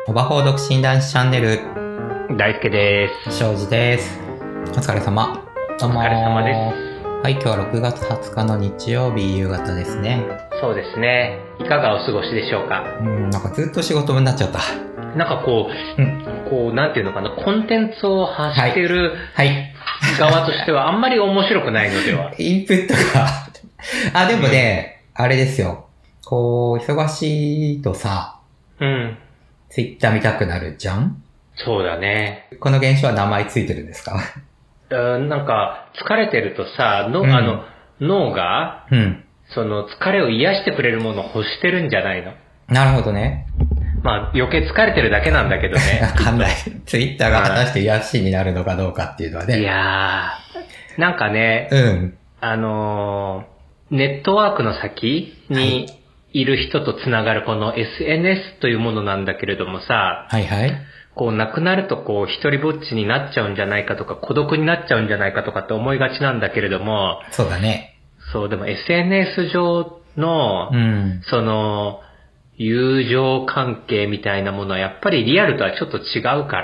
オバホー独身男子チャンネル、 大輔です。 庄司です。お疲れ様。どうも。 お疲れ様です。 はい、今日は6月20日の日曜日夕方ですね。 そうですね。いかがお過ごしでしょうか。 なんかずっと仕事になっちゃった。 なんかこう、なんていうのかな、コンテンツを発してる、 はい。 側としてはあんまり面白くないのでは。 インプットが。でもね、あれですよ。こう、忙しいとさ、ツイッター見たくなるじゃん？ そうだね。 この現象は名前ついてるんですか？ なんか、疲れてるとさ、脳が、その疲れを癒してくれるものを欲してるんじゃないの？ なるほどね。 まあ、余計疲れてるだけなんだけどね。 わかんない。ツイッターが果たして癒しになるのかどうかっていうのはね。 いやー、なんかね、ネットワークの先にいる人とつながるこの SNS というものなんだけれどもさ、 はいはい。 こう亡くなるとこう一人ぼっちになっちゃうんじゃないかとか孤独になっちゃうんじゃないかとかって思いがちなんだけれども、 そうだね。 そう、でも SNS 上の、その、友情関係みたいなものはやっぱりリアルとはちょっと違うから。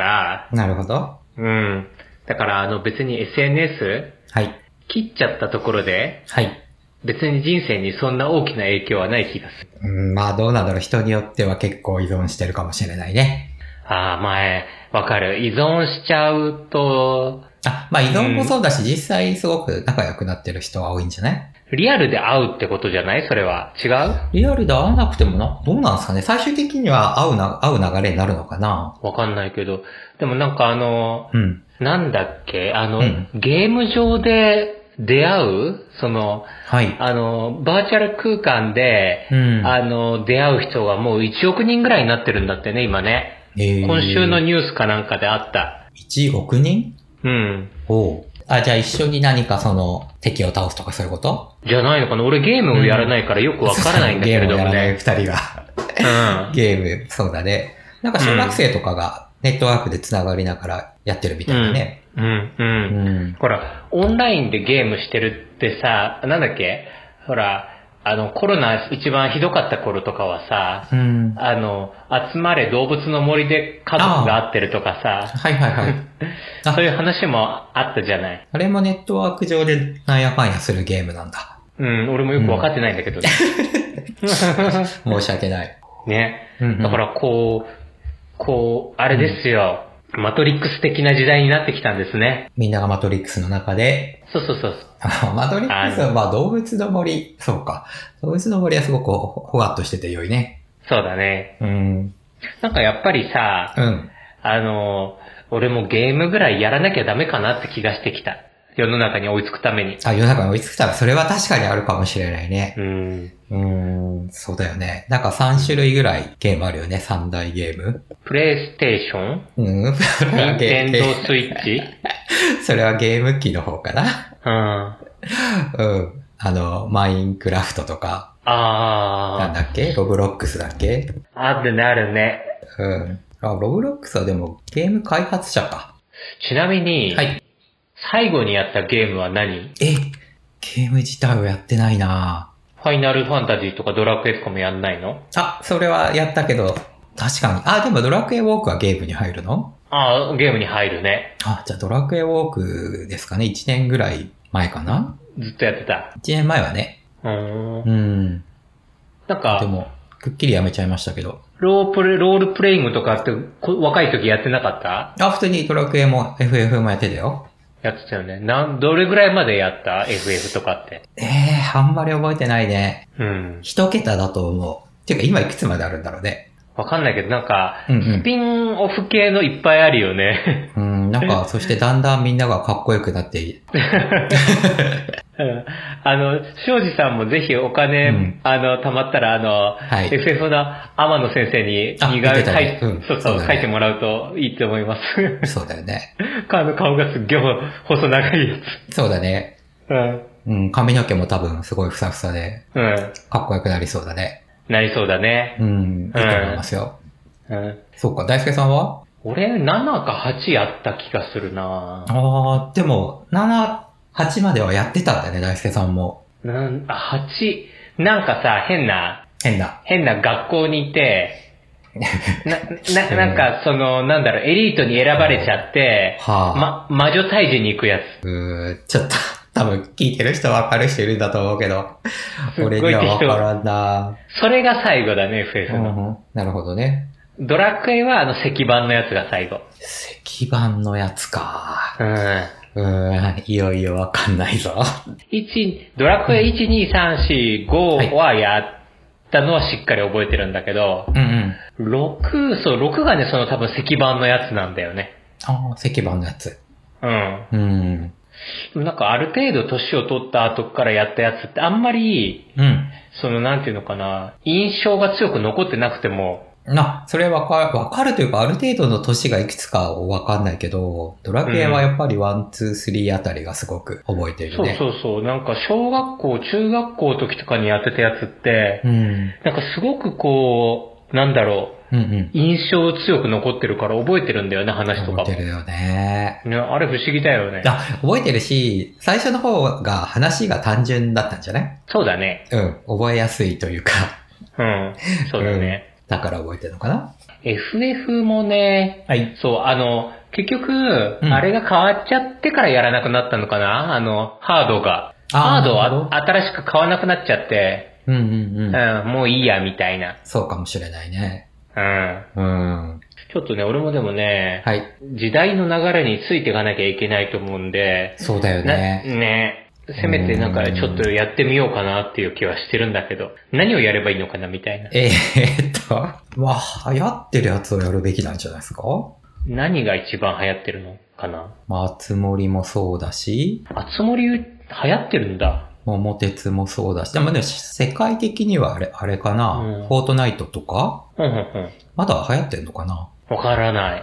なるほど。 だから別に SNS、切っちゃったところで、別に人生にそんな大きな影響はない気がする。 まあどうなんだろう。人によっては結構依存してるかもしれないね。 わかる。依存しちゃうと。 まあ依存もそうだし、実際すごく仲良くなってる人は多いんじゃない？ リアルで会うってことじゃない？それは。違う？ リアルで会わなくてもどうなんですかね？最終的には会う流れになるのかな？ わかんないけど。でもなんかなんだっけゲーム上で出会うその、バーチャル空間で、出会う人がもう1億人ぐらいになってるんだってね、今ね。今週のニュースかなんかであった。 1億人？じゃあ一緒に何かその敵を倒すとかそういうこと？ じゃないのかな？俺ゲームをやらないからよくわからないんだけれどもね。 ゲームをやらない二人が。ゲーム、そうだね。なんか小学生とかがネットワークで繋がりながらやってるみたいなね。 ほら、オンラインでゲームしてるってさ、なんだっけ？ほら、コロナ一番ひどかった頃とかはさ、集まれ動物の森で家族が会ってるとかさ、そういう話もあったじゃない。 あれもネットワーク上でなんやかんやするゲームなんだ。 俺もよくわかってないんだけどね。 申し訳ない。 ね。だからあれですよ。マトリックス的な時代になってきたんですね。 みんながマトリックスの中で。 そう。 マトリックスは動物の森。そうか。動物の森はすごくほわっとしてて良いね。 そうだね。なんかやっぱりさ、俺もゲームぐらいやらなきゃダメかなって気がしてきた。世の中に追いつくために。 世の中に追いつくため、それは確かにあるかもしれないね。そうだよね。なんか3種類ぐらいゲームあるよね、3大ゲーム。 プレイステーション？ニンテンドースイッチ？ それはゲーム機の方かな。マインクラフトとか。なんだっけ？ロブロックスだっけ？ あるね。 ロブロックスはでもゲーム開発者か。 ちなみに、最後にやったゲームは何？ ゲーム自体をやってないな。 ファイナルファンタジーとかドラクエとかもやんないの？ それはやったけど、確かに。でもドラクエウォークはゲームに入るの？ ゲームに入るね。 じゃあドラクエウォークですかね。1年ぐらい前かな？ ずっとやってた。 1年前はね。 なんか、 でも、くっきりやめちゃいましたけど。 ロールプレイングとかって若い時やってなかった？ 普通にドラクエも FF もやってたよ。 やってたよね。どれぐらいまでやった ?FF とかって。 あんまり覚えてないね。 一桁だと思う。ていうか今いくつまであるんだろうね。 わかんないけど、なんか、スピンオフ系のいっぱいあるよね。 なんか、そしてだんだんみんながかっこよくなっている。 庄司さんもぜひお金、貯まったら、FF の天野先生に似顔絵書いてもらうといいと思います。 そうだよね。 顔がすっげえ細長いやつ。 そうだね。髪の毛も多分すごいふさふさで、かっこよくなりそうだね。 なりそうだね。 いいと思いますよ。そうか、大輔さんは？ 俺、7か8やった気がするな。 でも、7、8まではやってたんだよね、大輔さんも。 8、なんかさ、変な学校にいて、 なんか、エリートに選ばれちゃって、魔女退治に行くやつ。ちょっと、多分聞いてる人分かる人いるんだと思うけど、俺には分からんな。 それが最後だね、FF の。 なるほどね。 ドラクエは石板のやつが最後。 石板のやつか。いよいよ分かんないぞ。 ドラクエ1、2、3、4、5はやったのはしっかり覚えてるんだけど、6がね、多分石板のやつなんだよね。 石板のやつ。 なんかある程度年を取った後からやったやつってあんまり、なんていうのかな、印象が強く残ってなくても、 それわかるというか、ある程度の年がいくつかわかんないけど、ドラクエはやっぱり1、2、3あたりがすごく覚えてるね。 そう。なんか小学校、中学校時とかにやってたやつって、なんかすごく印象強く残ってるから覚えてるんだよね、話とかも。 覚えてるよね。 あれ不思議だよね。 覚えてるし、最初の方が話が単純だったんじゃない？ そうだね。 覚えやすいというか。 そうだね。 だから覚えてるのかな？ FF もね、そう、結局、あれが変わっちゃってからやらなくなったのかな？ハードが。ハードは新しく買わなくなっちゃって、もういいや、みたいな。 そうかもしれないね。 ちょっとね、俺もでもね、時代の流れについていかなきゃいけないと思うんで、 そうだよね。 せめてなんかちょっとやってみようかなっていう気はしてるんだけど、何をやればいいのかなみたいな。 流行ってるやつをやるべきなんじゃないですか？ 何が一番流行ってるのかな？ あつ森もそうだし。 あつ森流行ってるんだ。 桃鉄もそうだし。でもね、世界的にはあれかな、フォートナイトとかまだ流行ってるのかな？ わからない。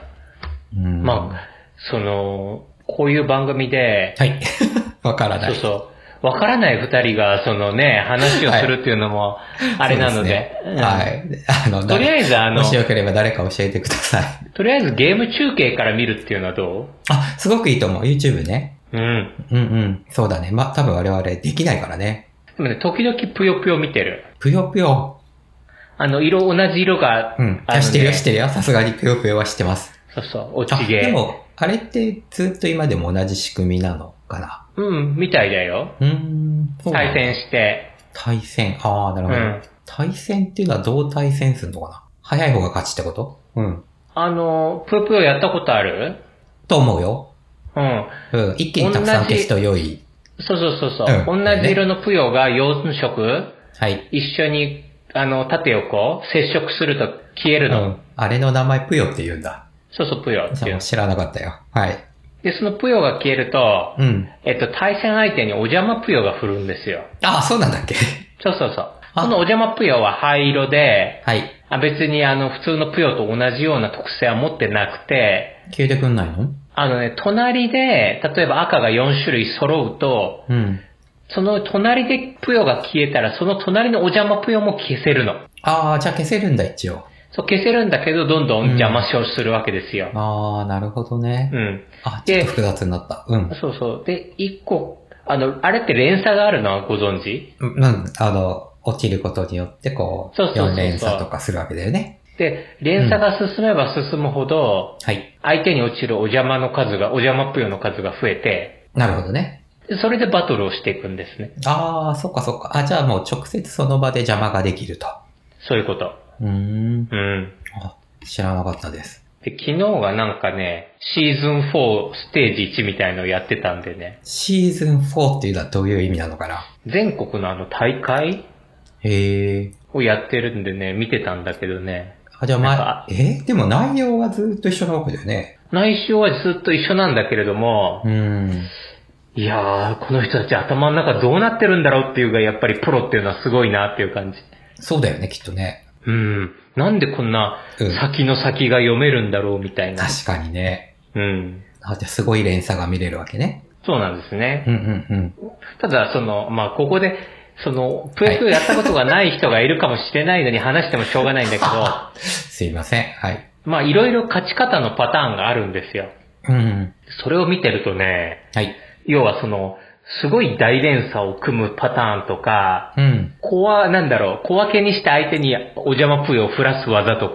こういう番組で、 わからない。 わからない二人が、話をするっていうのも、あれなので。とりあえずもしよければ誰か教えてください。 とりあえずゲーム中継から見るっていうのはどう？ すごくいいと思う。YouTube ね。そうだね。多分我々できないからね。 でもね、時々ぷよぷよ見てる。 ぷよぷよ。 同じ色が、 知ってるよ。さすがにぷよぷよは知ってます。 落ちゲー。 でも、あれってずっと今でも同じ仕組みなのかな？ みたいだよ。対戦して。 対戦。なるほど。対戦っていうのはどう対戦するのかな？早い方が勝ちってこと？ぷよぷよやったことある？ と思うよ。一気にたくさん消すと良い。 そう。同じ色のぷよが4色、一緒に、縦横、接触すると消えるの。 あれの名前ぷよって言うんだ。 ぷよっていう。 知らなかったよ。 で、そのぷよが消えると、対戦相手にお邪魔ぷよが振るんですよ。 そうなんだっけ？ そう。このお邪魔ぷよは灰色で、別に普通のぷよと同じような特性は持ってなくて、 消えてくんないの？ 隣で、例えば赤が4種類揃うと、その隣でぷよが消えたら、その隣のお邪魔ぷよも消せるの。 じゃあ消せるんだ、一応。 そう、消せるんだけど、どんどん邪魔するわけですよ。 なるほどね。ちょっと複雑になった。 そう。で、一個、あれって連鎖があるのはご存知？ 落ちることによって、4連鎖とかするわけだよね。 で、連鎖が進めば進むほど、相手に落ちるお邪魔ぷよの数が増えて、 なるほどね。 それでバトルをしていくんですね。 そっか。じゃあもう直接その場で邪魔ができると。 そういうこと。 知らなかったです。 で、昨日がなんかね、シーズン4ステージ1みたいのをやってたんでね。 シーズン4っていうのはどういう意味なのかな？ 全国の大会をやってるんでね、見てたんだけどね。 じゃあでも内容はずっと一緒なわけだよね。 内容はずっと一緒なんだけれども、いやー、この人たち頭の中どうなってるんだろうっていうが、やっぱりプロっていうのはすごいなっていう感じ。 そうだよね、きっとね。 なんでこんな先の先が読めるんだろうみたいな。 確かにね。じゃあすごい連鎖が見れるわけね。 そうなんですね。ただ、ここで、ぷよぷよやったことがない人がいるかもしれないのに話してもしょうがないんだけど。 すいません。 いろいろ勝ち方のパターンがあるんですよ。それを見てるとね、要はすごい大連鎖を組むパターンとか、小分けにして相手にお邪魔ぷよを振らす技とか、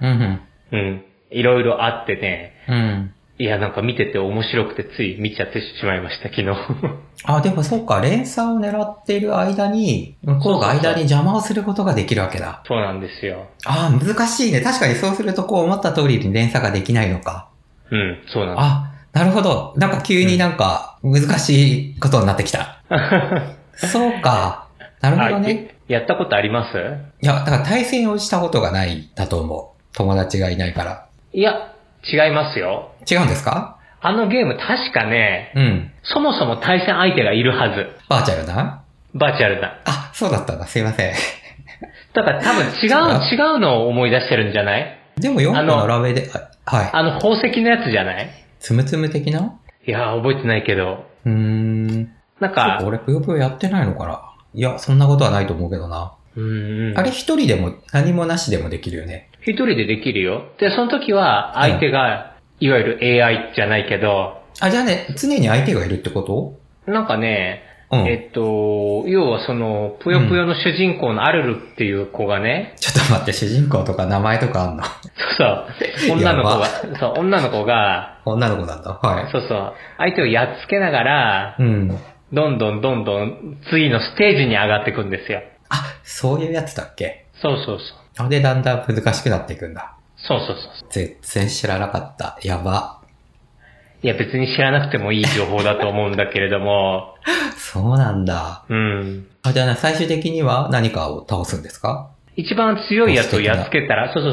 うん。 うん。いろいろあってね。 うん。 いや、なんか見てて面白くてつい見ちゃってしまいました、昨日。 あ、でもそうか、連鎖を狙っている間に、向こうが間に邪魔をすることができるわけだ。 そうなんですよ。 あ、難しいね。確かにそうするとこう思った通りに連鎖ができないのか。 うん、そうなんです。 あ、なるほど。なんか急になんか難しいことになってきた。そうか。なるほどね。 やったことあります？ いや、だから対戦をしたことがないだと思う。友達がいないから。 いや、違いますよ。 違うんですか？ あのゲーム確かね、 うん。 そもそも対戦相手がいるはず。 バーチャルな？ バーチャルな。 あ、そうだったんだ。すいません。 だから多分違うのを思い出してるんじゃない？ でも4個並べで、はい。 宝石のやつじゃない？ つむつむ的な？ いやー、覚えてないけど。 なんか、俺ぷよぷよやってないのかな？いや、そんなことはないと思うけどな。あれ一人でも何もなしでもできるよね。 一人でできるよ。で、その時は相手が、いわゆる AI じゃないけど。 あ、じゃあね、常に相手がいるってこと？ なんかね、要はその、ぷよぷよの主人公のアルルっていう子がね。 ちょっと待って、主人公とか名前とかあんの？ そう。女の子が、そう、女の子が、 女の子なんだ。はい。 そうそう。相手をやっつけながら、どんどん次のステージに上がっていくんですよ。 あ、そういうやつだっけ？ そう。 あれでだんだん難しくなっていくんだ。 そう。 全然知らなかった。やば。 いや別に知らなくてもいい情報だと思うんだけれども。 そうなんだ。あ、じゃあ最終的には何かを倒すんですか？ 一番強いやつをやっつけたら、そう。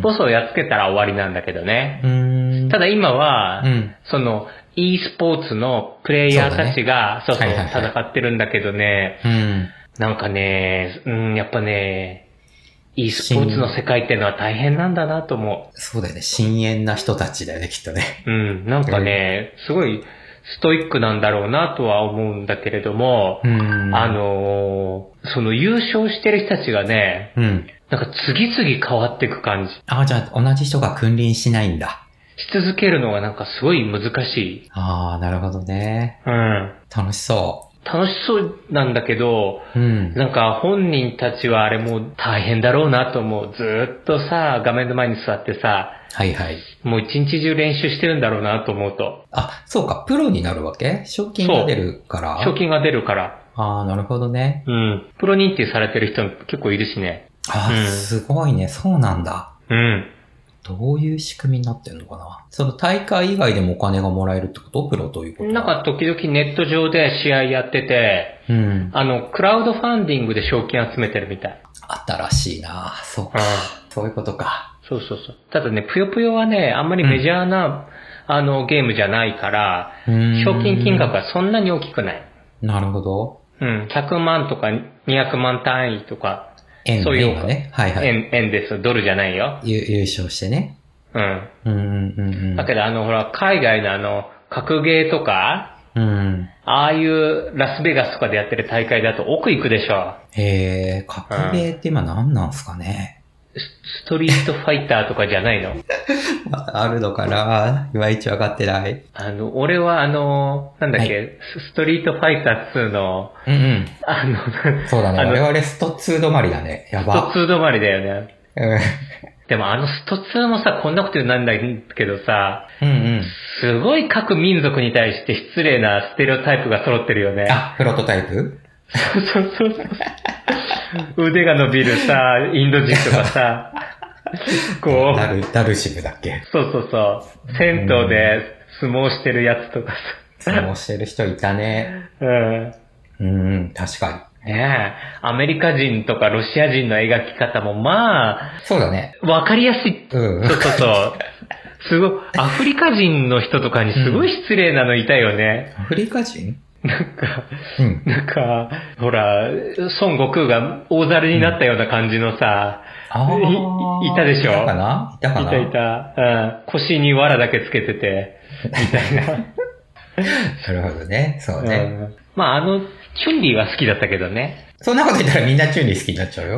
ボスをやっつけたら終わりなんだけどね。ただ今は、その、e スポーツのプレイヤーたちが、そう、戦ってるんだけどね。なんかね、やっぱね、e スポーツの世界ってのは大変なんだなと思う。 そうだよね。深淵な人たちだよね、きっとね。 なんかね、すごいストイックなんだろうなとは思うんだけれども、その優勝してる人たちがね、なんか次々変わっていく感じ。 あ、じゃあ同じ人が君臨しないんだ。 し続けるのがなんかすごい難しい。 ああ、なるほどね。楽しそう。 楽しそうなんだけど、なんか本人たちはあれもう大変だろうなと思う。ずーっとさ、画面の前に座ってさ、もう一日中練習してるんだろうなと思うと。 あ、そうか、プロになるわけ？賞金が出るから？ 賞金が出るから。 ああ、なるほどね。 プロ認定されてる人結構いるしね。 ああ、すごいね。そうなんだ。どういう仕組みになってんのかな？その大会以外でもお金がもらえるってこと？プロということ？ なんか時々ネット上で試合やってて、クラウドファンディングで賞金集めてるみたい。 新しいな。そうか。そういうことか。 そう。ただね、ぷよぷよはね、あんまりメジャーな、ゲームじゃないから、賞金金額はそんなに大きくない。 なるほど。 100万とか200万単位とか、そういうね。 円です。ドルじゃないよ。 優勝してね。 だけどほら、海外の格ゲーとか、ああいうラスベガスとかでやってる大会だと奥行くでしょ。 へー、格ゲーって今何なんすかね。 ストリートファイターとかじゃないの？ あるのかな？いまいちわかってない。 俺はなんだっけ、ストリートファイター2の、 そうだね。我々スト2止まりだね。やば。 スト2止まりだよね。でもスト2もさ、こんなこと言うなんだけどさ、すごい各民族に対して失礼なステレオタイプが揃ってるよね。 あ、プロトタイプ？ そう。腕が伸びるさ、インド人とかさ、こう。ダルシムだっけ？ そう。銭湯で相撲してるやつとかさ。相撲してる人いたね。確かに。ねえ、アメリカ人とかロシア人の描き方もまあ、 そうだね。 わかりやすい。そう。すごい、アフリカ人の人とかにすごい失礼なのいたよね。 アフリカ人？ なんか、ほら、孫悟空が大猿になったような感じのさ、いたでしょ？ いたかな。 いた。腰に藁だけつけてて、みたいな。 なるほどね。そうね。 まあチュンリーは好きだったけどね。 そんなこと言ったらみんなチュンリー好きになっちゃうよ。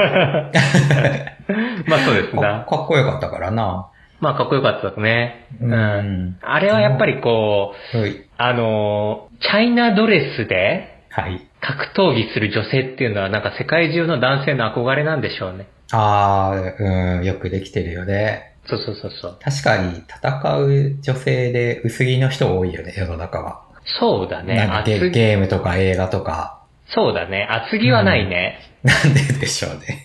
まあそうですな。 かっこよかったからな。 まあかっこよかったね。あれはやっぱりこう、チャイナドレスで、 格闘技する女性っていうのはなんか世界中の男性の憧れなんでしょうね。 よくできてるよね。 そう。 確かに戦う女性で薄着の人多いよね、世の中は。 そうだね。 なんかゲームとか映画とか。 そうだね。厚着はないね。 なんででしょうね。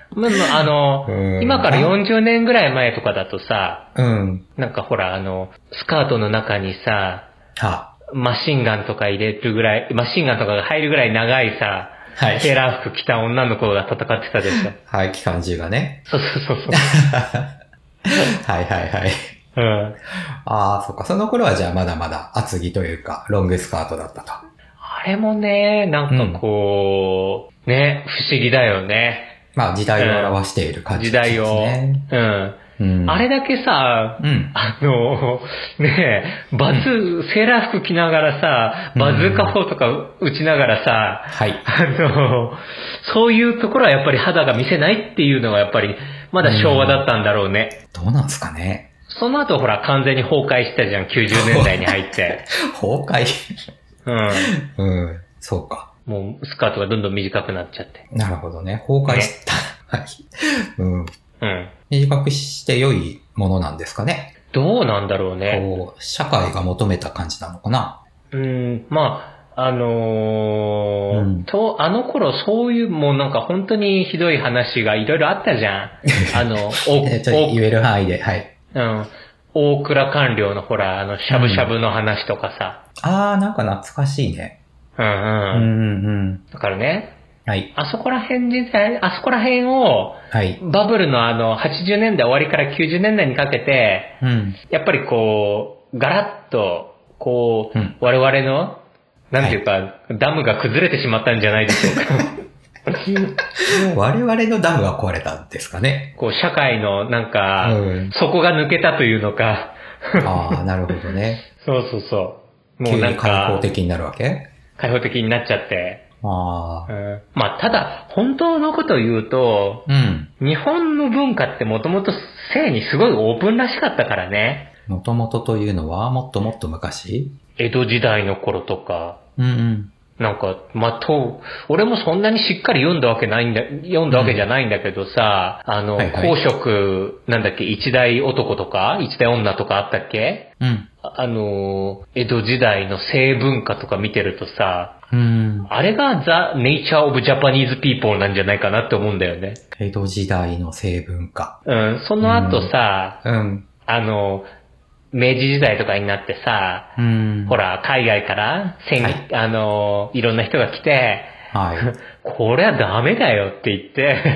今から40年ぐらい前とかだとさ、なんかほら、スカートの中にさ、マシンガンとか入れるぐらい、マシンガンとかが入るぐらい長いさ、セーラー服着た女の子が戦ってたでしょ。 はい、機関銃がね。 そう。 はい。そっか。その頃はじゃあまだまだ厚着というか、ロングスカートだったと。 あれもね、なんかこう、ね、不思議だよね。 まあ時代を表している感じですね。時代を。 あれだけさ、ねえ、セーラー服着ながらさ、バズーカ砲とか撃ちながらさ、そういうところはやっぱり肌が見せないっていうのがやっぱりまだ昭和だったんだろうね。 どうなんすかね。 その後ほら完全に崩壊したじゃん、90年代に入って。 崩壊そうか。 もうスカートがどんどん短くなっちゃって。 なるほどね。崩壊した。短くして良いものなんですかね。 どうなんだろうね。 こう、社会が求めた感じなのかな。 あの頃そういうもうなんか本当にひどい話がいろいろあったじゃん。 言える範囲で、はい。 大蔵官僚のほら、しゃぶしゃぶの話とかさ。 なんか懐かしいね。 だからね。 はい。 あそこら辺を、バブルの80年代終わりから90年代にかけて、やっぱりこう、ガラッと、こう、我々の、なんていうか、ダムが崩れてしまったんじゃないでしょうか。 我々のダムが壊れたんですかね。 こう、社会の、なんか、底が抜けたというのか。 なるほどね。 そう。 もうなんか。開放的になるわけ？ 開放的になっちゃって。ただ、本当のことを言うと、日本の文化ってもともと性にすごいオープンらしかったからね。 もともとというのは、もっともっと昔？ 江戸時代の頃とか。なんか、俺もそんなにしっかり読んだわけじゃないんだけどさ、公職、なんだっけ、一代男とか、一代女とかあったっけ？江戸時代の性文化とか見てるとさ、あれがThe Nature of Japanese People なんじゃないかなって思うんだよね。 江戸時代の性文化。 その後さ、明治時代とかになってさ、ほら、海外からいろんな人が来て、これはダメだよって言って、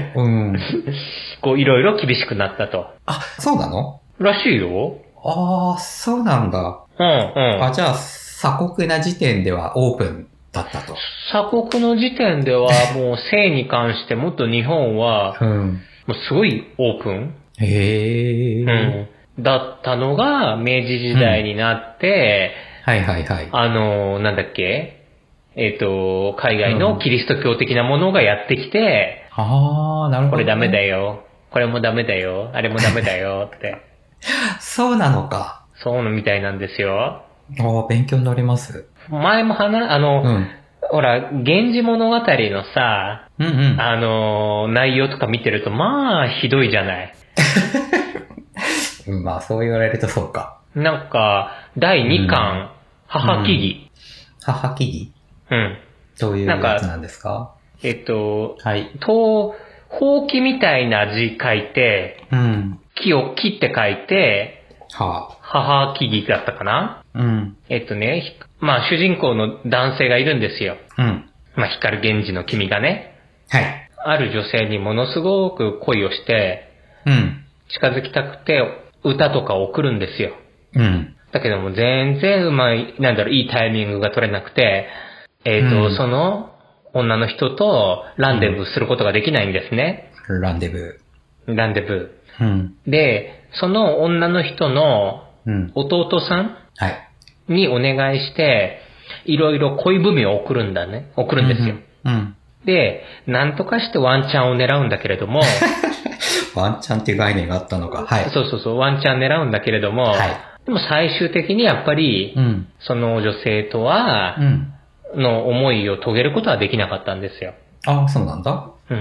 こう、いろいろ厳しくなったと。 そうなの？ らしいよ。 そうなんだ。じゃあ、鎖国な時点ではオープンだったと。 鎖国の時点ではもう性に関してもっと日本は、もうすごいオープン。だったのが、明治時代になって、なんだっけ？海外のキリスト教的なものがやってきて、 なるほど、ね。 これダメだよ。これもダメだよ。あれもダメだよって。 そうなのか。 そうみたいなんですよ。 勉強になります。 前もほら、源氏物語のさ、内容とか見てると、ひどいじゃない。 そう言われるとそうか。 なんか、第2巻、母木義。 母木義？どういうやつなんですか？ ほうきみたいな字書いて、木を切って書いて、母木義だったかな？主人公の男性がいるんですよ。光源氏の君がね。ある女性にものすごく恋をして、近づきたくて歌とかを送るんですよ。だけども全然いいタイミングが取れなくて、その女の人とランデブーすることができないんですね。 ランデブー。で、その女の人の弟さんにお願いして、いろいろ恋文を送るんですよ。で、なんとかしてワンチャンを狙うんだけれども、 ワンチャンっていう概念があったのか。 そう、ワンチャン狙うんだけれども、でも最終的にやっぱり、その女性とは、 の思いを遂げることはできなかったんですよ。 ああ、そうなんだ。 うん。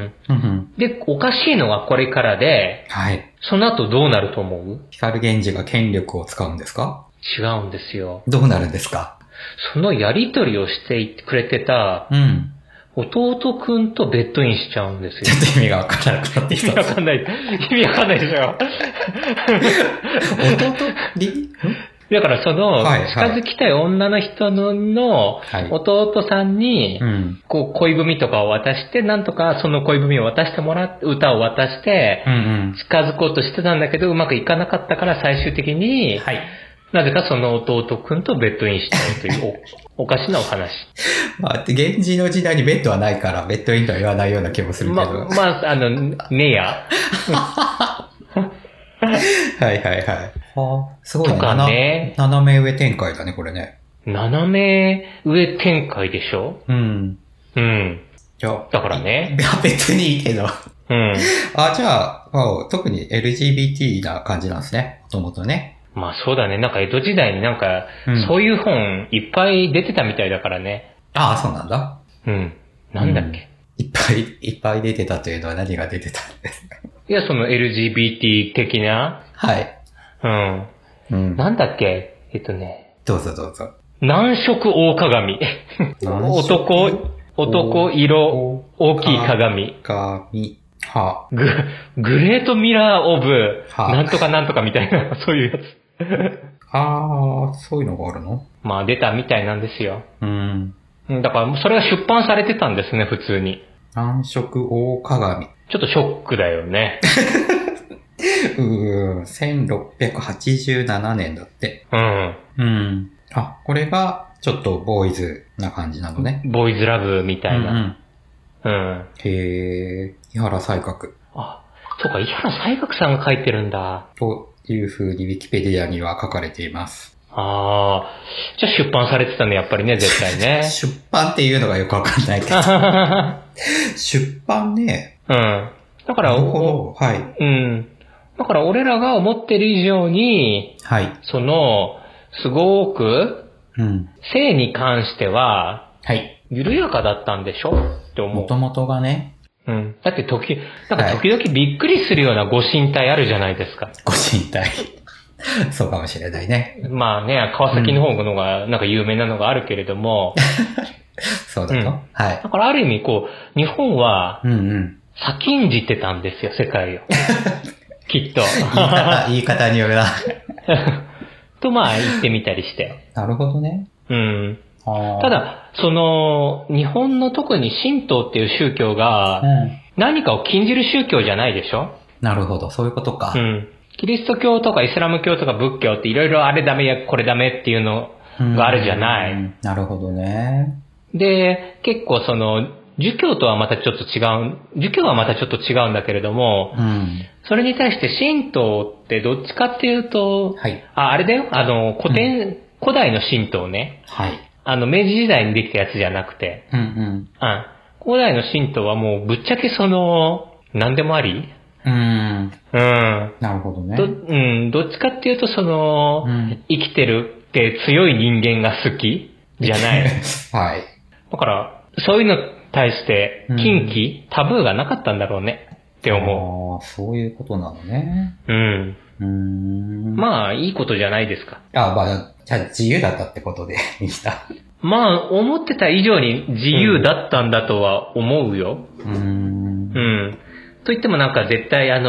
で、おかしいのがこれからで、 はい。 その後どうなると思う？ 光源氏が権力を使うんですか？ 違うんですよ。 どうなるんですか？ そのやりとりをしてくれてた、弟くんとベッドインしちゃうんですよ。 ちょっと意味がわからなくなってきた。 意味わかんない。意味わかんないでしょ。だからその、近づきたい女の人の弟さんに、こう恋文とかを渡して、なんとかその恋文を渡してもらって、歌を渡して、近づこうとしてたんだけど、うまくいかなかったから最終的に、なぜかその弟くんとベッドインしちゃうというおかしなお話。 まあ、源氏の時代にベッドはないから、ベッドインとは言わないような気もするけど。 ねや。 はいはいはい。はあ、すごいね。 とかね。 斜め上展開だね、これね。 斜め上展開でしょ？ うん。 いや、だからね。 いや、別にいいけど。じゃあ、特に LGBT な感じなんですね。もともとね。 まあそうだね。なんか江戸時代になんか、そういう本いっぱい出てたみたいだからね。 ああ、そうなんだ。 なんだっけ、 いっぱい出てたというのは何が出てたんですか？ いや、その LGBT 的な。 はい。 なんだっけ？ どうぞどうぞ。 南色大鏡。男色大きい鏡。 はグレートミラーオブ、なんとかなんとかみたいな、そういうやつ。 そういうのがあるの？ まあ出たみたいなんですよ。だからそれが出版されてたんですね、普通に。 南色大鏡。 ちょっとショックだよね。 1687年だって。これがちょっとボーイズな感じなのね。 ボーイズラブみたいな。 へえ、井原西鶴。 そうか、井原西鶴さんが書いてるんだ。 という風にウィキペディアには書かれています。 じゃあ出版されてたね、やっぱりね、絶対ね。 出版っていうのがよくわかんないけど。出版ね。 だから、 はい。 だから俺らが思ってる以上に、その、すごく、性に関しては、緩やかだったんでしょって思う。 もともとがね。 だって時々びっくりするようなご神体あるじゃないですか。 ご神体。そうかもしれないね。 まあね、川崎の方のが、なんか有名なのがあるけれども。 そうだと。はい。 だからある意味こう、日本は、先んじてたんですよ、世界を。きっと。 言い方によるな。 とまあ言ってみたりして。 なるほどね。 ただ、その、日本の特に神道っていう宗教が、何かを禁じる宗教じゃないでしょ？ なるほど、そういうことか。 キリスト教とかイスラム教とか仏教っていろいろあれダメやこれダメっていうのがあるじゃない。 なるほどね。 で、結構その、儒教はまたちょっと違うんだけれども、それに対して神道ってどっちかっていうと、あれだよ、古代の神道ね。明治時代にできたやつじゃなくて、古代の神道はもうぶっちゃけその、何でもあり？なるほどね。 どっちかっていうとその、生きてるって強い人間が好きじゃない。だから、そういうのに対して、禁忌、タブーがなかったんだろうねって思う。そういうことなのね。 まあ、いいことじゃないですか。 じゃあ自由だったってことでいいんだ。 まあ、思ってた以上に自由だったんだとは思うよ。と言ってもなんか絶対江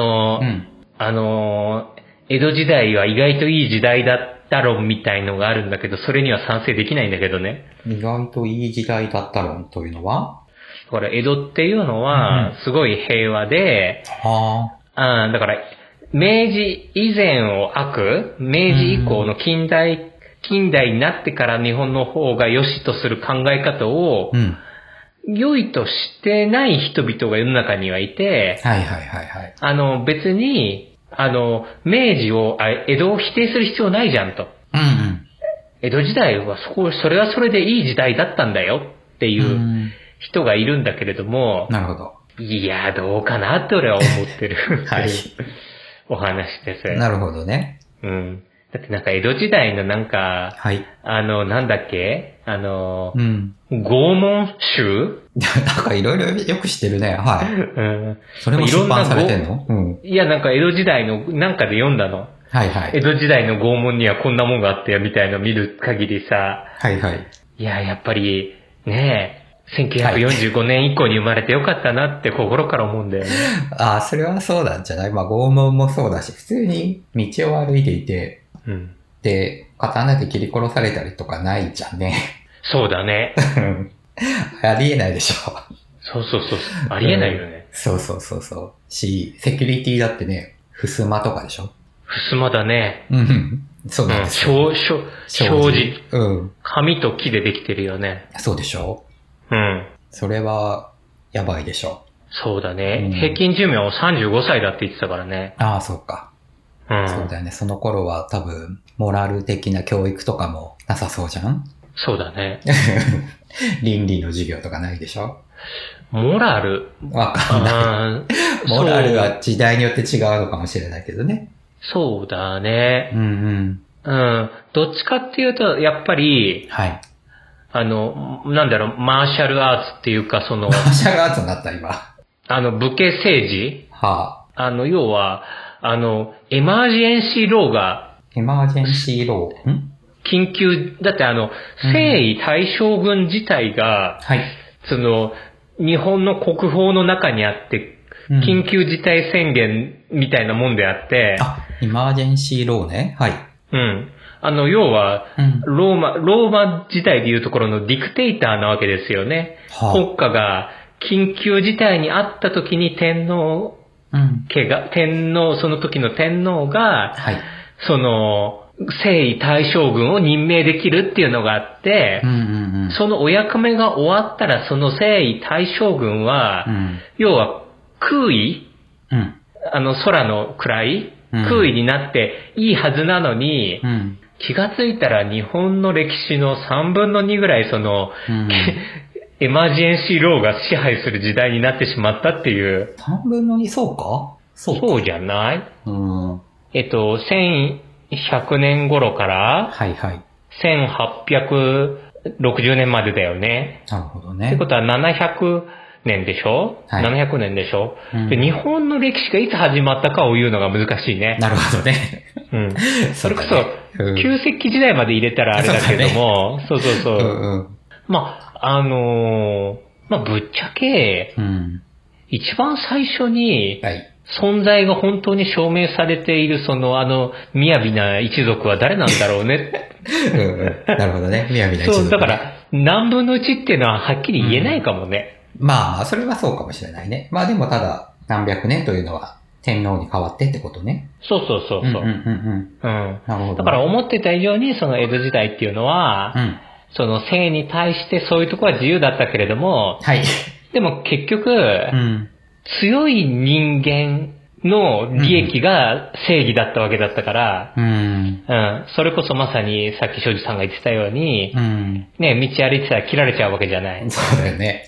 戸時代は意外といい時代だった論みたいのがあるんだけど、それには賛成できないんだけどね。 意外といい時代だった論というのは？ だから江戸っていうのは、すごい平和で、だから、明治以前を明治以降の近代になってから日本の方が良しとする考え方を、良いとしてない人々が世の中にはいて、別に、明治を、江戸を否定する必要ないじゃんと。江戸時代はそれはそれでいい時代だったんだよっていう人がいるんだけれども、 なるほど。 いや、どうかなって俺は思ってる。お話です。 なるほどね。 だってなんか江戸時代のなんか、なんだっけ？ 拷問集なんかいろいろよくしてるね。はい。それも出版されてんの？ いや、なんか江戸時代の、なんかで読んだの。 はいはい。 江戸時代の拷問にはこんなもんがあったよ、みたいなの見る限りさ。 はいはい。 いや、やっぱり、ね1945年以降に生まれてよかったなって心から思うんだよね。 ああ、それはそうなんじゃない？まあ、拷問もそうだし、普通に道を歩いていて、で、刀で切り殺されたりとかないじゃんね。 そうだね。 ありえないでしょ。 そうそうそう。ありえないよね。 そうそうそうそう。し、セキュリティだってね、襖とかでしょ。 襖だね。 そうなんですよ。 障子。紙と木でできてるよね。 そうでしょ。それは、やばいでしょ。 そうだね。平均寿命は35歳だって言ってたからね。 ああ、そうか。そうだよね。その頃は多分、モラル的な教育とかもなさそうじゃん？ そうだね。 倫理の授業とかないでしょ？ モラル？ わかんない。モラルは時代によって違うのかもしれないけどね。 そうだね。どっちかっていうと、やっぱり、 はい。 なんだろう、マーシャルアーツっていうか、 マーシャルアーツになった、今。 武家政治？ はあ。要は、エマージェンシーローが、 エマージェンシーロー？ 緊急、だって征夷大将軍自体が、 はい。 日本の国法の中にあって、緊急事態宣言みたいなもんであって、 エマージェンシーローね。はい。 要は、ローマ時代でいうところのディクテイターなわけですよね。国家が緊急事態にあった時に天皇家が、その時の天皇が、 はい。 征夷大将軍を任命できるっていうのがあって、そのお役目が終わったらその征夷大将軍は、要は空位、空の位、空位になっていいはずなのに、気がついたら日本の歴史の3分の2ぐらいエマージェンシーローが支配する時代になってしまったっていう。 3分の2、そうか？ そうじゃない？1100年頃から、 はいはい。 1860年までだよね。 なるほどね。 ってことは700年でしょ？はい。700年でしょ？で、日本の歴史がいつ始まったかを言うのが難しいね。 なるほどね。 それこそ、旧石器時代まで入れたらあれだけども、そうそうそう。ぶっちゃけ、一番最初に、存在が本当に証明されている雅な一族は誰なんだろうね。 なるほどね。雅な一族、ね。 そう、だから、何分の1っていうのははっきり言えないかもね。 まあ、それはそうかもしれないね。まあでもただ、何百年というのは天皇に代わってってことね。 そう。なるほど。だから思ってた以上に江戸時代っていうのは、性に対してそういうところは自由だったけれども、 はい。 でも結局、強い人間の利益が正義だったわけだったから、それこそまさにさっき庄司さんが言ってたように、ね、道歩いてたら切られちゃうわけじゃない。 そうだよね。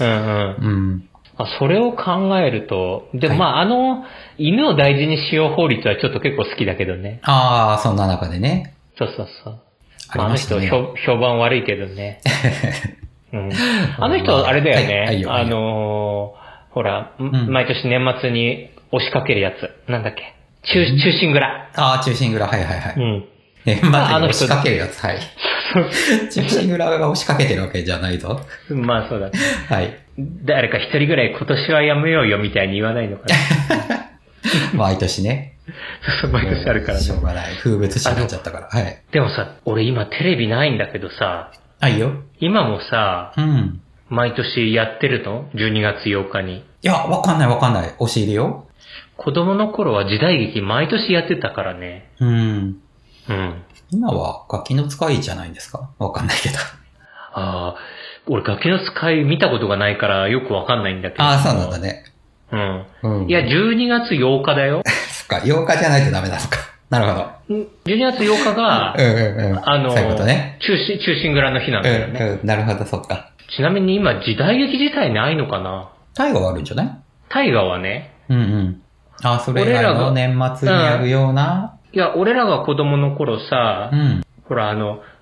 それを考えると、でも犬を大事にしよう法律はちょっと結構好きだけどね。 ああ、そんな中でね。 そう。あの人評判悪いけどね。あの人あれだよね。ほら、毎年年末に押しかけるやつ。なんだっけ。忠臣蔵。 ああ、忠臣蔵。はい。年末に押しかけるやつ。はい。忠臣蔵が押しかけてるわけじゃないぞ。 まあそうだ。 はい。 誰か一人ぐらい今年はやめようよみたいに言わないのかな。 毎年ね。 毎年あるからね。 しょうがない。風物詩になっちゃったから。はい。 でもさ、俺今テレビないんだけどさ。 いいよ。 今もさ、毎年やってるの ?12 月8日に。 いや、わかんない。教えるよ。 子供の頃は時代劇毎年やってたからね。 今はガキの使いじゃないんですか？わかんないけど。 俺ガキの使い見たことがないからよくわかんないんだけど。 そうなんだね。 いや、12月8日だよ。 そっか、8日じゃないとダメなのか。なるほど。 12月8日が、 そういうことね。 忠臣蔵の日なんだよね。 なるほど、そっか。 ちなみに今、時代劇自体ないのかな？ 大河はあるんじゃない？ 大河はね。 それ以外の年末にやるような。 いや、俺らが子供の頃さ、ほら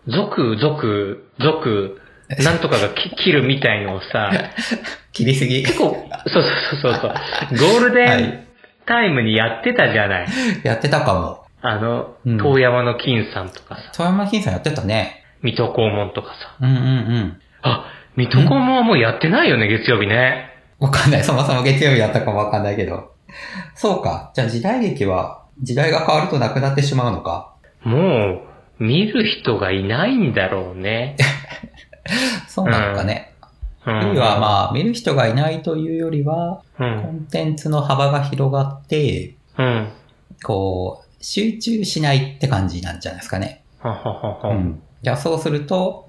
族、なんとかが切るみたいのをさ、 切りすぎ。 結構、そう。ゴールデンタイムにやってたじゃない。 やってたかも。 遠山の金さんとかさ。 遠山の金さんやってたね。 水戸黄門とかさ。 あ、 水戸黄門はもうやってないよね、月曜日ね。 わかんない。そもそも月曜日やったかもわかんないけど。そうか。じゃあ時代劇は、時代が変わるとなくなってしまうのか。 もう、見る人がいないんだろうね。 そうなのかね。要はまあ、見る人がいないというよりは、コンテンツの幅が広がって、こう、集中しないって感じなんじゃないですかね。じゃあそうすると、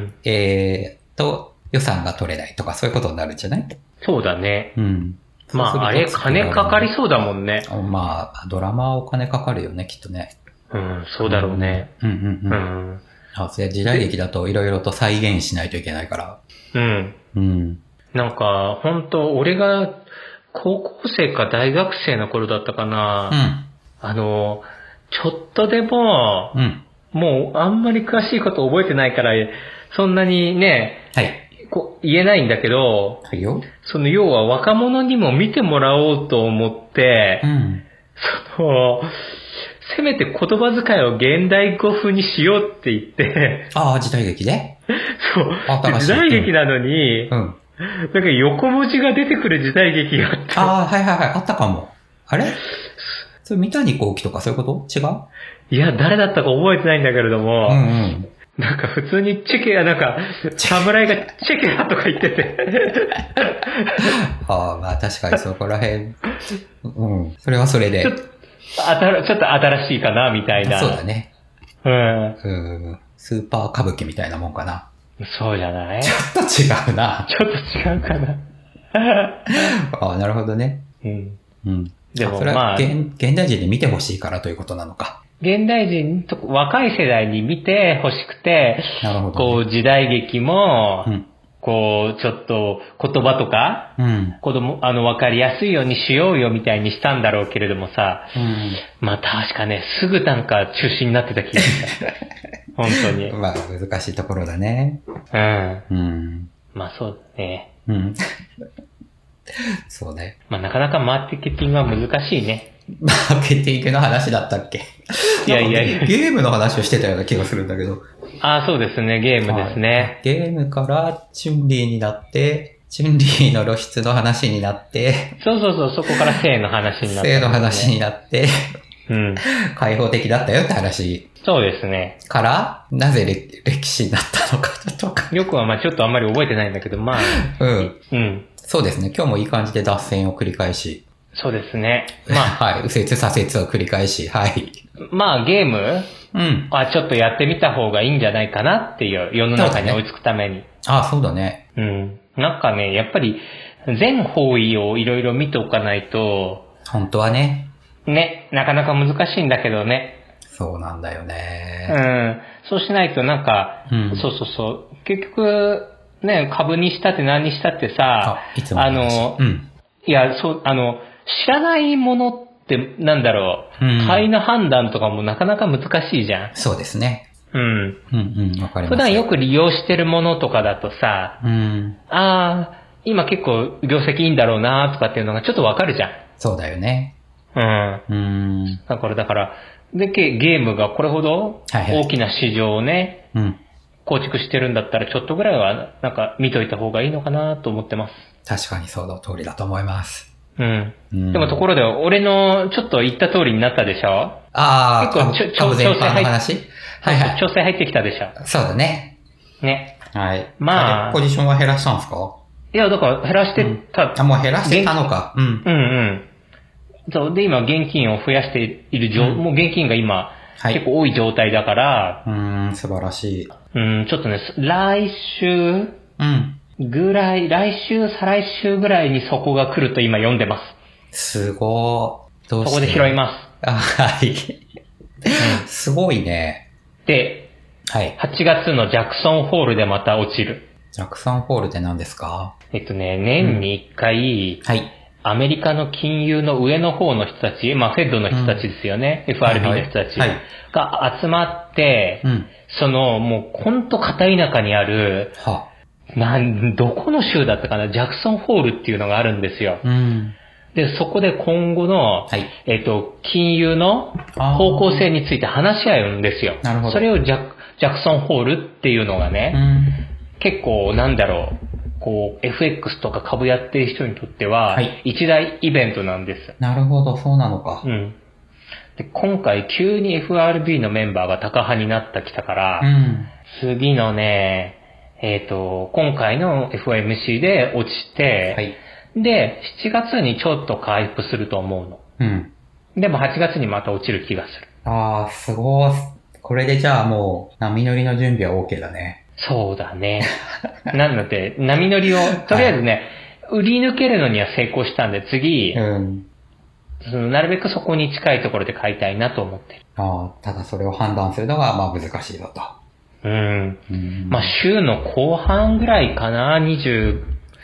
予算が取れないとかそういうことになるんじゃない？ そうだね。まあ、あれ金かかりそうだもんね。 まあ、ドラマはお金かかるよね、きっとね。 そうだろうね。 それ時代劇だといろいろと再現しないといけないから。 なんか、本当俺が高校生か大学生の頃だったかな。ちょっとでも、もうあんまり詳しいこと覚えてないから、そんなにね、言えないんだけど、その要は若者にも見てもらおうと思って、せめて言葉遣いを現代語風にしようって言って、 時代劇で？ そう。時代劇なのに、なんか横文字が出てくる時代劇があった。 あったかも。あれ？それ三谷幸喜とかそういうこと？違う？ いや、誰だったか覚えてないんだけれども、なんか普通にチェケラ、なんか、侍がチェケラとか言ってて。 まあ確かにそこら辺。それはそれで。 ちょっと新しいかな、みたいな。 そうだね。スーパー歌舞伎みたいなもんかな。 そうじゃない？ ちょっと違うな。 ちょっと違うかな。 なるほどね。でもまあ、現代人に見てほしいからということなのか。 現代人と若い世代に見てほしくて、 なるほど、 こう時代劇も、こうちょっと言葉とか、子供わかりやすいようにしようよみたいにしたんだろうけれどもさ、まあ確かね、すぐなんか中止になってた気がした。本当に。 まあ難しいところだね。 まあそうだね。 そうね。 まあなかなかマーケティングは難しいね。 マーケティングの話だったっけ？ いや。 ゲームの話をしてたような気がするんだけど。 そうですね、ゲームですね。 ゲームからチュンリーになって、チュンリーの露出の話になって、 そこから性の話になって、 性の話になって、開放的だったよって話。 そうですね。 から、なぜ歴史になったのかとか。 よくはちょっとあんまり覚えてないんだけど、 そうですね。今日もいい感じで脱線を繰り返し。 そうですね。 右折左折を繰り返し、 まあゲームちょっとやってみた方がいいんじゃないかなっていう世の中に追いつくために。 そうだね。 なんかね、やっぱり全方位をいろいろ見ておかないと。 本当はね。 なかなか難しいんだけどね。 そうなんだよね。 そうしないとなんか、結局、ね、株にしたって何にしたってさ、 いつもいや、知らないものってなんだろう、買いの判断とかもなかなか難しいじゃん。 そうですね。わかります。 普段よく利用してるものとかだとさ、今結構業績いいんだろうなとかっていうのがちょっとわかるじゃん。 そうだよね。 だからゲームがこれほど大きな市場をね、構築してるんだったらちょっとぐらいはなんか見といた方がいいのかなと思ってます。 確かにその通りだと思います。 でもところで俺のちょっと言った通りになったでしょ？ 結構調整入ってきたでしょ？ そうだね。まあポジションは減らしたんですか？ いやだから減らしてた。 もう減らしてたのか。 そうで今現金を増やしているもう現金が今、結構多い状態だから。 素晴らしい。 ちょっとね来週ぐらい、来週、再来週ぐらいにそこが来ると今読んでます。 すごー。どうして？ そこで拾います。 すごいね。 で、8月のジャクソンホールでまた落ちる。 ジャクソンホールって何ですか？ 年に1回、 アメリカの金融の上の方の人たち、まあ、フェッドの人たちですよね。FRB の人たちが集まって、もう、ほんと片田舎にある、どこの州だったかな、ジャクソンホールっていうのがあるんですよ。で、そこで今後の、金融の方向性について話し合うんですよ。なるほど。それをジャクソンホールっていうのがね、結構FX とか株やってる人にとっては、一大イベントなんです。 なるほど、そうなのか。 で今回急に FRB のメンバーがタカ派になってきたから、次のね、今回の FOMC で落ちて、で、7月にちょっと回復すると思うの。でも8月にまた落ちる気がする。 ああ、すごい。これでじゃあもう波乗りの準備は OK だね。 そうだね。なので、波乗りを、とりあえずね、売り抜けるのには成功したんで、次、なるべくそこに近いところで買いたいなと思ってる。 ただそれを判断するのが、まあ難しいぞと。 まあ週の後半ぐらいかな、20。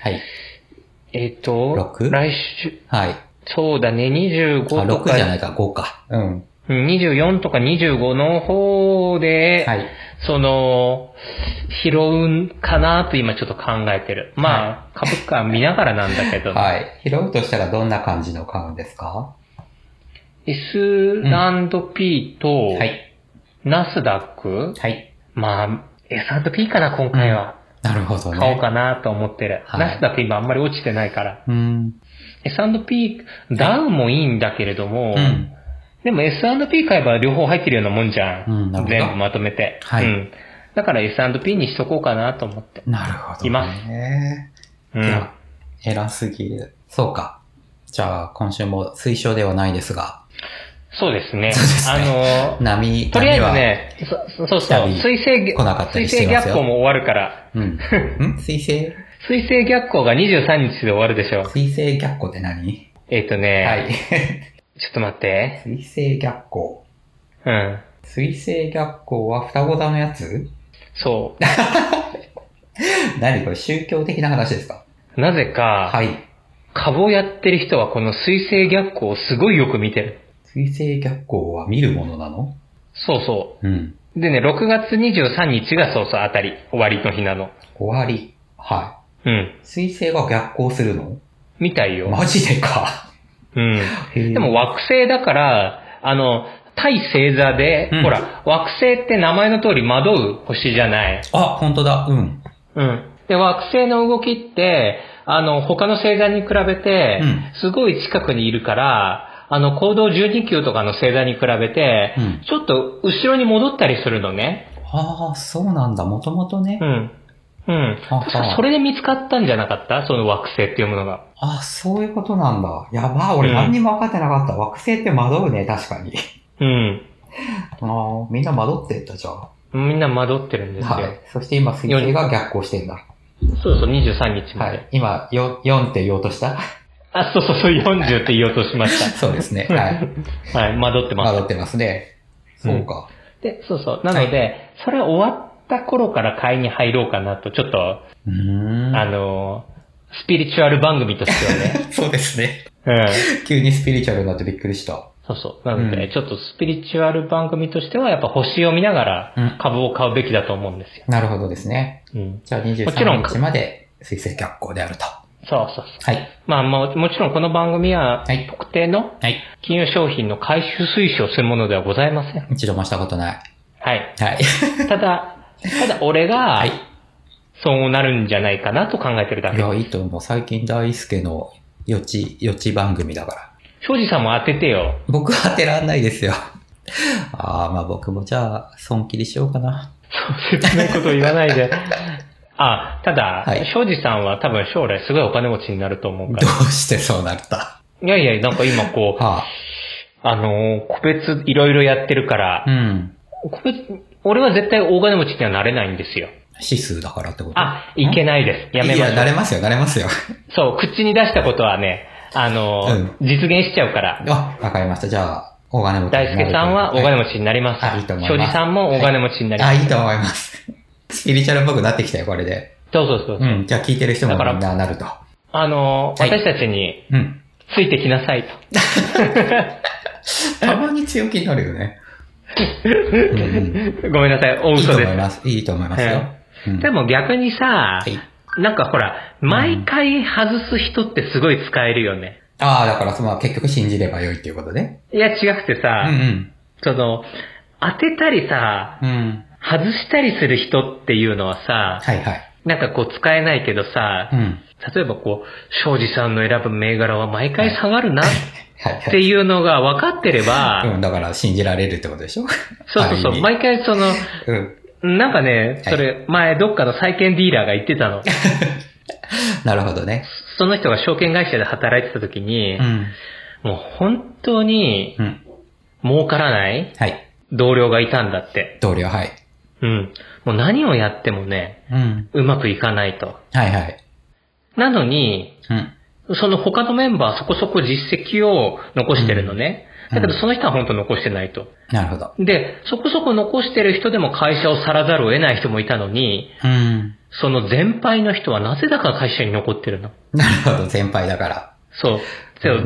6? 来週。そうだね、25とか。 6じゃないか、5か。 24とか25の方で、拾うかなと今ちょっと考えてる。まあ、株価見ながらなんだけど、 拾うとしたらどんな感じの買うんですか？ S&P と、ナスダック、まあ、S&P かな、今回は。 なるほどね。 買おうかなと思ってる。ナスダック今あんまり落ちてないから。S&P、ダウンもいいんだけれども、でも S&P 買えば両方入ってるようなもんじゃん。全部まとめて。だから S&P にしとこうかなと思って。 なるほどね。います。偉すぎる。そうか。じゃあ今週も推奨ではないですが。 そうですね。 波とりあえずね、水星逆行も終わるから。 水星逆行が23日で終わるでしょ。 水星逆行って何？ ちょっと待って。 水星逆行。水星逆行は双子座のやつ？ そう。 何これ宗教的な話ですか？ なぜか、株をやってる人はこの水星逆行をすごいよく見てる。 水星逆行は見るものなの？ そうそう。でね、6月23日がそうそう当たり、終わりの日なの。 終わり？水星が逆行するの？ みたいよ。 マジでか。 でも惑星だから、対星座で、ほら、惑星って名前の通り惑う星じゃない。 本当だ。 で、惑星の動きって、他の星座に比べて、すごい近くにいるから、行動12級とかの星座に比べて、ちょっと後ろに戻ったりするのね。 そうなんだ。もともとね。 それで見つかったんじゃなかった？その惑星っていうものが。 そういうことなんだ。やば、俺何にも分かってなかった。惑星って惑うね、確かに。みんな惑ってったじゃん。 みんな惑ってるんですよ。 そして今水星が逆行してんだ。 そうそう、23日まで。 今、4って言おうとした？ そう、40って言おうとしました。 そうですね。 惑ってます。 惑ってますね。そうか。 で、なので、それ終わった頃から買いに入ろうかなと、ちょっと、スピリチュアル番組としてはね。 そうですね。急にスピリチュアルになってびっくりした。 なので、ちょっとスピリチュアル番組としては、やっぱ星を見ながら株を買うべきだと思うんですよ。 なるほどですね。じゃあ23日まで水星逆行であると。まあもちろんこの番組は特定の金融商品の回収推奨するものではございません。 一度もしたことない。 ただ俺が、そうなるんじゃないかなと考えてるだけ。 いいと思う。最近大輔の予知番組だから。 庄司さんも当ててよ。 僕は当てらんないですよ。まあ僕もじゃあ、損切りしようかな。 そう切ないこと言わないで。ただ、庄司さんは多分将来すごいお金持ちになると思うから。 どうしてそうなった？ いや、なんか今個別いろいろやってるから、俺は絶対大金持ちにはなれないんですよ。 指数だからってこと？ いけないです。やめましょう。 なれますよ。 そう、口に出したことはね、実現しちゃうから。 わかりました。じゃあ、大金持ちになる。 大輔さんは大金持ちになります。 いいと思います。 庄司さんも大金持ちになります。 いいと思います。スピリチュアルっぽくなってきたよ、これで。 そう。 じゃあ聞いてる人もみんななると。 私たちに、 ついてきなさいと。 たまに強気になるよね。 ごめんなさい、大嘘です。 いいと思いますよ。 でも逆にさ、なんかほら、毎回外す人ってすごい使えるよね。 ああ、だから結局信じればよいっていうことね。 いや、違くてさ、当てたりさ、外したりする人っていうのはさ、なんか使えないけどさ、例えば庄司さんの選ぶ銘柄は毎回下がるなっていうのが分かってれば、 だから信じられるってことでしょ。 そう、毎回なんかね、それ前どっかの債券ディーラーが言ってたの。 なるほどね。 その人が証券会社で働いてた時に、もう本当に儲からない同僚がいたんだって。 同僚、はい。 もう何をやってもね、うまくいかないと。なのに、その他のメンバーそこそこ実績を残してるのね。だけどその人は本当残してないと。 なるほど。 で、そこそこ残してる人でも会社を去らざるを得ない人もいたのに、その全敗の人はなぜだか会社に残ってるの。 なるほど、全敗だから。 そう。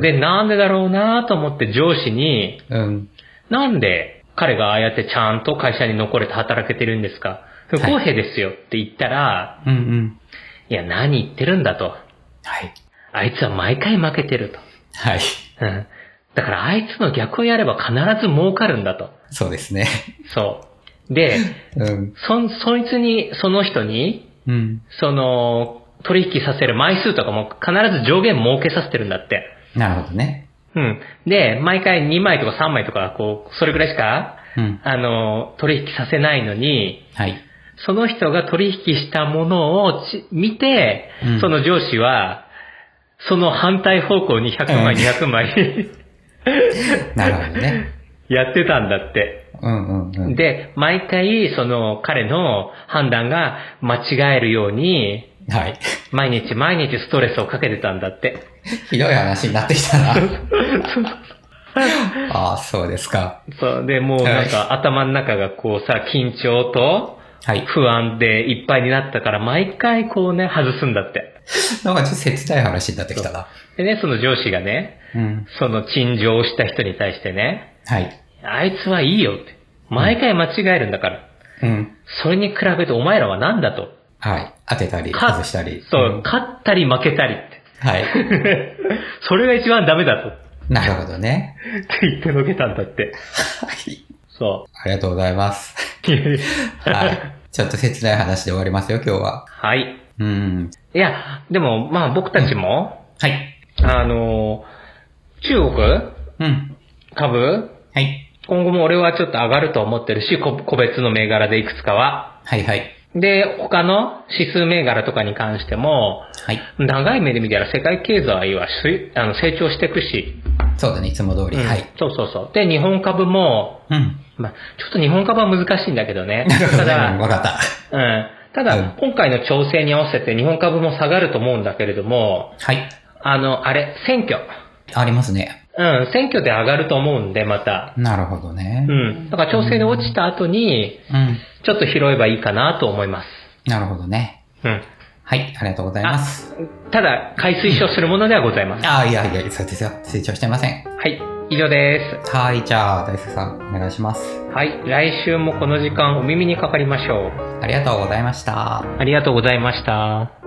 で、なんでだろうなと思って上司に、なんで彼がああやってちゃんと会社に残れて働けてるんですか。不公平ですよって言ったら、いや、何言ってるんだと。あいつは毎回負けてると。だからあいつの逆をやれば必ず儲かるんだと。 そうですね。 そう。で、その人に、取引させる枚数とかも必ず上限設けさせてるんだって。 なるほどね。 で、毎回2枚とか3枚とか、それぐらいしか、取引させないのに、その人が取引したものを見て、その上司は、その反対方向に100枚、200枚なるほどね。 やってたんだって。で、毎回、彼の判断が間違えるように、毎日ストレスをかけてたんだって。 ひどい話になってきたな。ああ、そうですか。 そう。で、もうなんか頭の中が緊張と不安でいっぱいになったから、毎回外すんだって。 なんかちょっと切ない話になってきたな。 でね、その上司がね、その陳情をした人に対してね、あいつはいいよって。毎回間違えるんだから。それに比べてお前らは何だと。 当てたり、外したり。 そう、勝ったり負けたりって。それが一番ダメだと。 なるほどね。 って言ってのけたんだって。そう。 ありがとうございます。ちょっと切ない話で終わりますよ、今日は。いや、でも、僕たちも、中国株今後も俺はちょっと上がると思ってるし、個別の銘柄でいくつかは。で、他の指数銘柄とかに関しても、長い目で見たら世界経済は成長していくし。そうだね、いつも通り。 そう。で、日本株も、ちょっと日本株は難しいんだけどね。 ただ、わかった。 ただ、今回の調整に合わせて日本株も下がると思うんだけれども、選挙。 ありますね。 選挙で上がると思うんで、また。 なるほどね。 だから調整で落ちた後に、ちょっと拾えばいいかなと思います。 なるほどね。ありがとうございます。 ただ、買い推奨するものではございません。 いや、そうですよ。推奨してません。 以上です。 じゃあ、大輔さん、お願いします。 来週もこの時間お耳にかかりましょう。 ありがとうございました。 ありがとうございました。